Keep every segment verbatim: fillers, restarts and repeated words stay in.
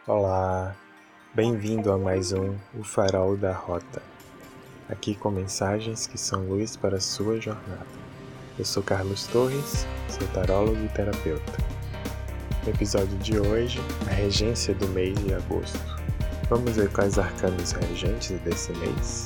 Olá, bem-vindo a mais um O Farol da Rota, aqui com mensagens que são luz para a sua jornada. Eu sou Carlos Torres, sou tarólogo e terapeuta. No episódio de hoje, a regência do mês de agosto. Vamos ver quais arcanos regentes desse mês?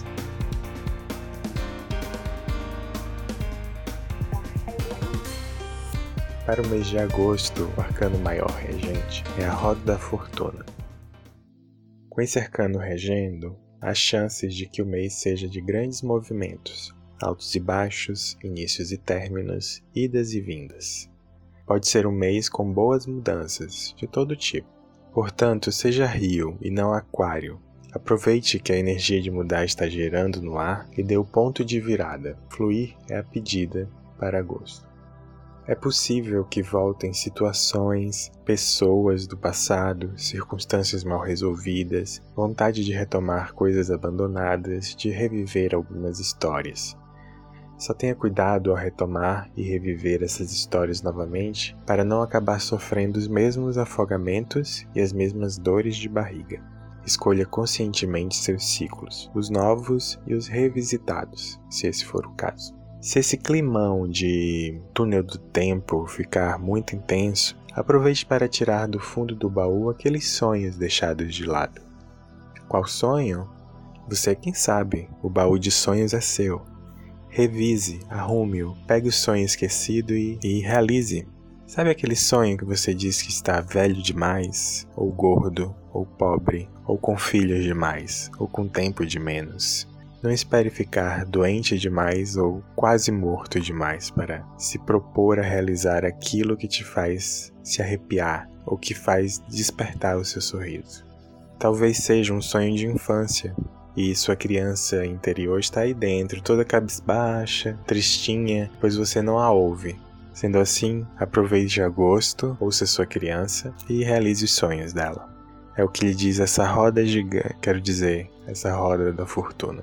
Para o mês de agosto, o arcano maior regente é a Roda da Fortuna. Com esse arcano regendo, há chances de que o mês seja de grandes movimentos, altos e baixos, inícios e términos, idas e vindas. Pode ser um mês com boas mudanças, de todo tipo. Portanto, seja rio e não aquário. Aproveite que a energia de mudar está girando no ar e dê o ponto de virada. Fluir é a pedida para agosto. É possível que voltem situações, pessoas do passado, circunstâncias mal resolvidas, vontade de retomar coisas abandonadas, de reviver algumas histórias. Só tenha cuidado ao retomar e reviver essas histórias novamente para não acabar sofrendo os mesmos afogamentos e as mesmas dores de barriga. Escolha conscientemente seus ciclos, os novos e os revisitados, se esse for o caso. Se esse climão de túnel do tempo ficar muito intenso, aproveite para tirar do fundo do baú aqueles sonhos deixados de lado. Qual sonho? Você é quem sabe, o baú de sonhos é seu. Revise, arrume-o, pegue o sonho esquecido e, e realize. Sabe aquele sonho que você diz que está velho demais, ou gordo, ou pobre, ou com filhos demais, ou com tempo de menos? Não espere ficar doente demais ou quase morto demais para se propor a realizar aquilo que te faz se arrepiar ou que faz despertar o seu sorriso. Talvez seja um sonho de infância e sua criança interior está aí dentro, toda cabisbaixa, tristinha, pois você não a ouve. Sendo assim, aproveite agosto, ouça sua criança e realize os sonhos dela. É o que lhe diz essa roda gigante, quero dizer, essa roda da fortuna.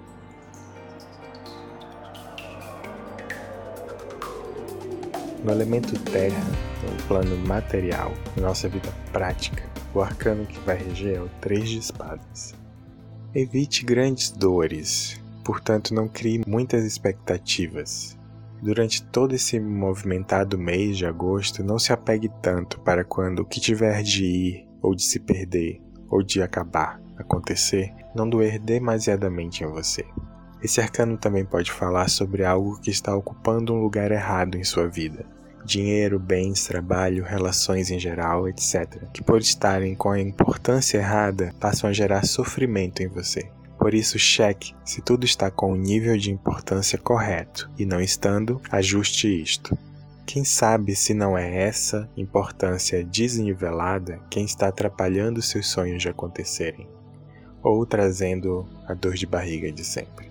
No elemento terra, no plano material, na nossa vida prática, o arcano que vai reger é o três de espadas. Evite grandes dores, portanto não crie muitas expectativas. Durante todo esse movimentado mês de agosto, não se apegue tanto para quando o que tiver de ir, ou de se perder, ou de acabar, acontecer, não doer demasiadamente em você. Esse arcano também pode falar sobre algo que está ocupando um lugar errado em sua vida. Dinheiro, bens, trabalho, relações em geral, etcétera, que por estarem com a importância errada, passam a gerar sofrimento em você. Por isso, cheque se tudo está com o nível de importância correto, e não estando, ajuste isto. Quem sabe se não é essa importância desnivelada quem está atrapalhando seus sonhos de acontecerem, ou trazendo a dor de barriga de sempre.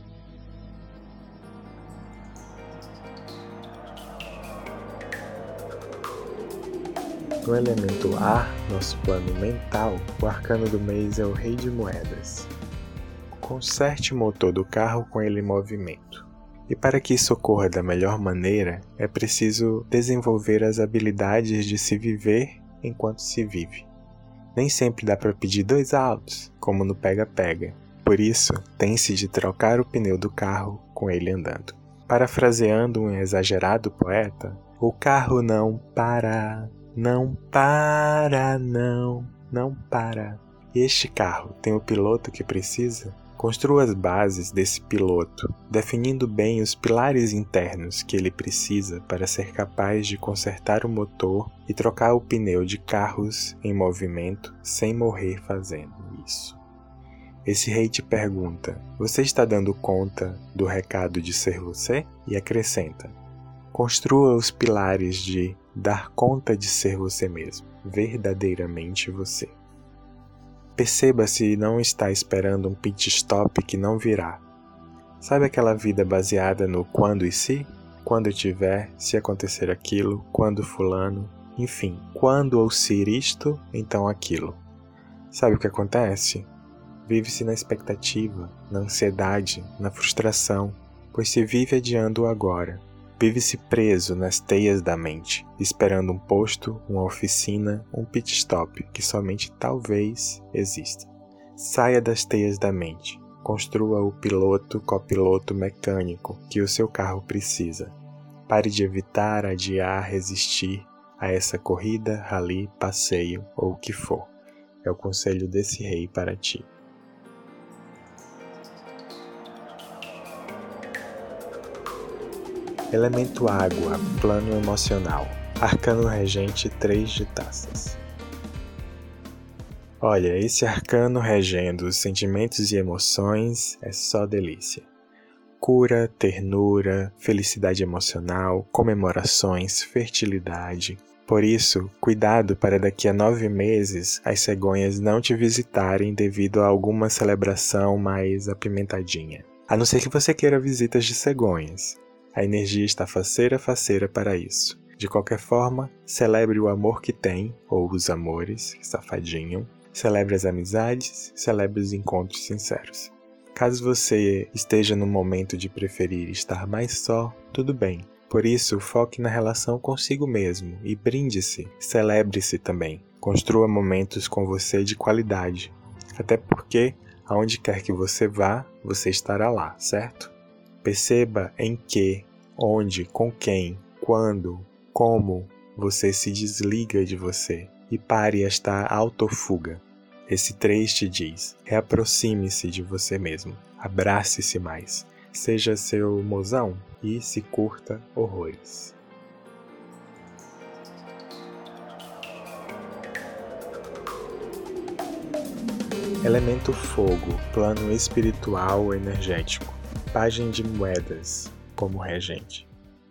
No elemento ar, nosso plano mental, o arcano do mês é o Rei de Moedas. Conserte o motor do carro com ele em movimento. E para que isso ocorra da melhor maneira, é preciso desenvolver as habilidades de se viver enquanto se vive. Nem sempre dá para pedir dois altos, como no pega-pega. Por isso, tem-se de trocar o pneu do carro com ele andando. Parafraseando um exagerado poeta, o carro não para... Não para, não, não para. E este carro tem o piloto que precisa? Construa as bases desse piloto, definindo bem os pilares internos que ele precisa para ser capaz de consertar o motor e trocar o pneu de carros em movimento sem morrer fazendo isso. Esse rei te pergunta, você está dando conta do recado de ser você? E acrescenta, construa os pilares de dar conta de ser você mesmo, verdadeiramente você. Perceba se não está esperando um pit stop que não virá. Sabe aquela vida baseada no quando e se? Quando eu tiver, se acontecer aquilo, quando fulano, enfim, quando ou se isto, então aquilo. Sabe o que acontece? Vive-se na expectativa, na ansiedade, na frustração, pois se vive adiando o agora. Vive-se preso nas teias da mente, esperando um posto, uma oficina, um pit stop que somente talvez exista. Saia das teias da mente. Construa o piloto, copiloto mecânico que o seu carro precisa. Pare de evitar, adiar, resistir a essa corrida, rally, passeio ou o que for. É o conselho desse rei para ti. Elemento água, plano emocional. Arcano regente, três de taças. Olha, esse arcano regendo os sentimentos e emoções é só delícia. Cura, ternura, felicidade emocional, comemorações, fertilidade. Por isso, cuidado para daqui a nove meses as cegonhas não te visitarem devido a alguma celebração mais apimentadinha. A não ser que você queira visitas de cegonhas. A energia está faceira, faceira para isso. De qualquer forma, celebre o amor que tem, ou os amores, safadinho. Celebre as amizades, celebre os encontros sinceros. Caso você esteja no momento de preferir estar mais só, tudo bem. Por isso, foque na relação consigo mesmo e brinde-se, celebre-se também. Construa momentos com você de qualidade. Até porque, aonde quer que você vá, você estará lá, certo? Perceba em que, onde, com quem, quando, como você se desliga de você e pare esta autofuga. Esse três te diz, reaproxime-se de você mesmo, abrace-se mais, seja seu mozão e se curta horrores. Elemento fogo, plano espiritual energético. Pajem de moedas, como regente.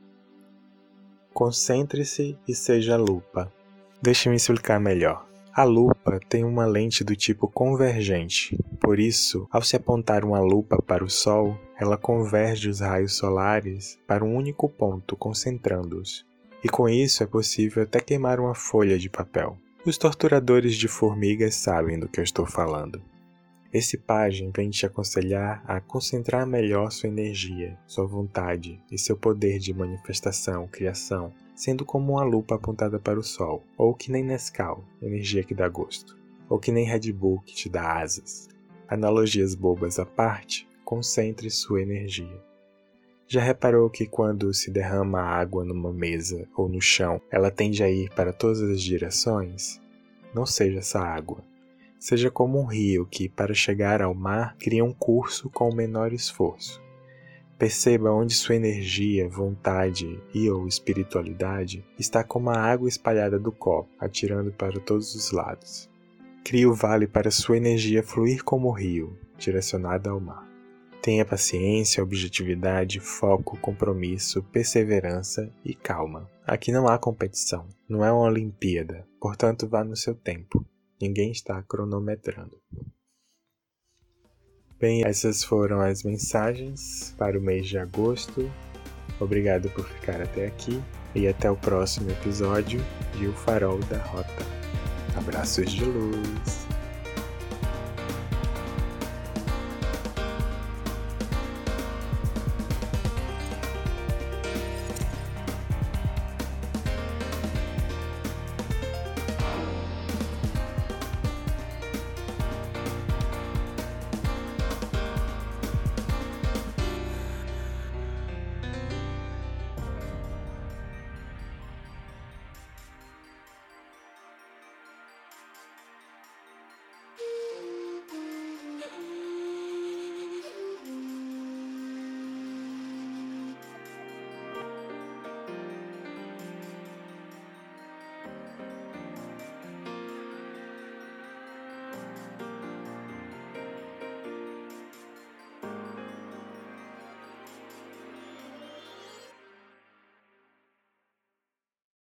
Concentre-se e seja lupa. Deixe-me explicar melhor. A lupa tem uma lente do tipo convergente. Por isso, ao se apontar uma lupa para o Sol, ela converge os raios solares para um único ponto, concentrando-os. E com isso é possível até queimar uma folha de papel. Os torturadores de formigas sabem do que eu estou falando. Esse pajem vem te aconselhar a concentrar melhor sua energia, sua vontade e seu poder de manifestação, criação, sendo como uma lupa apontada para o sol, ou que nem Nescau, energia que dá gosto, ou que nem Red Bull que te dá asas. Analogias bobas à parte, concentre sua energia. Já reparou que quando se derrama água numa mesa ou no chão, ela tende a ir para todas as direções? Não seja essa água. Seja como um rio que, para chegar ao mar, cria um curso com o menor esforço. Perceba onde sua energia, vontade e ou espiritualidade está como a água espalhada do copo, atirando para todos os lados. Crie o vale para sua energia fluir como o rio, direcionada ao mar. Tenha paciência, objetividade, foco, compromisso, perseverança e calma. Aqui não há competição, não é uma Olimpíada, portanto vá no seu tempo. Ninguém está cronometrando. Bem, essas foram as mensagens para o mês de agosto. Obrigado por ficar até aqui e até o próximo episódio de O Farol da Rota. Abraços de luz!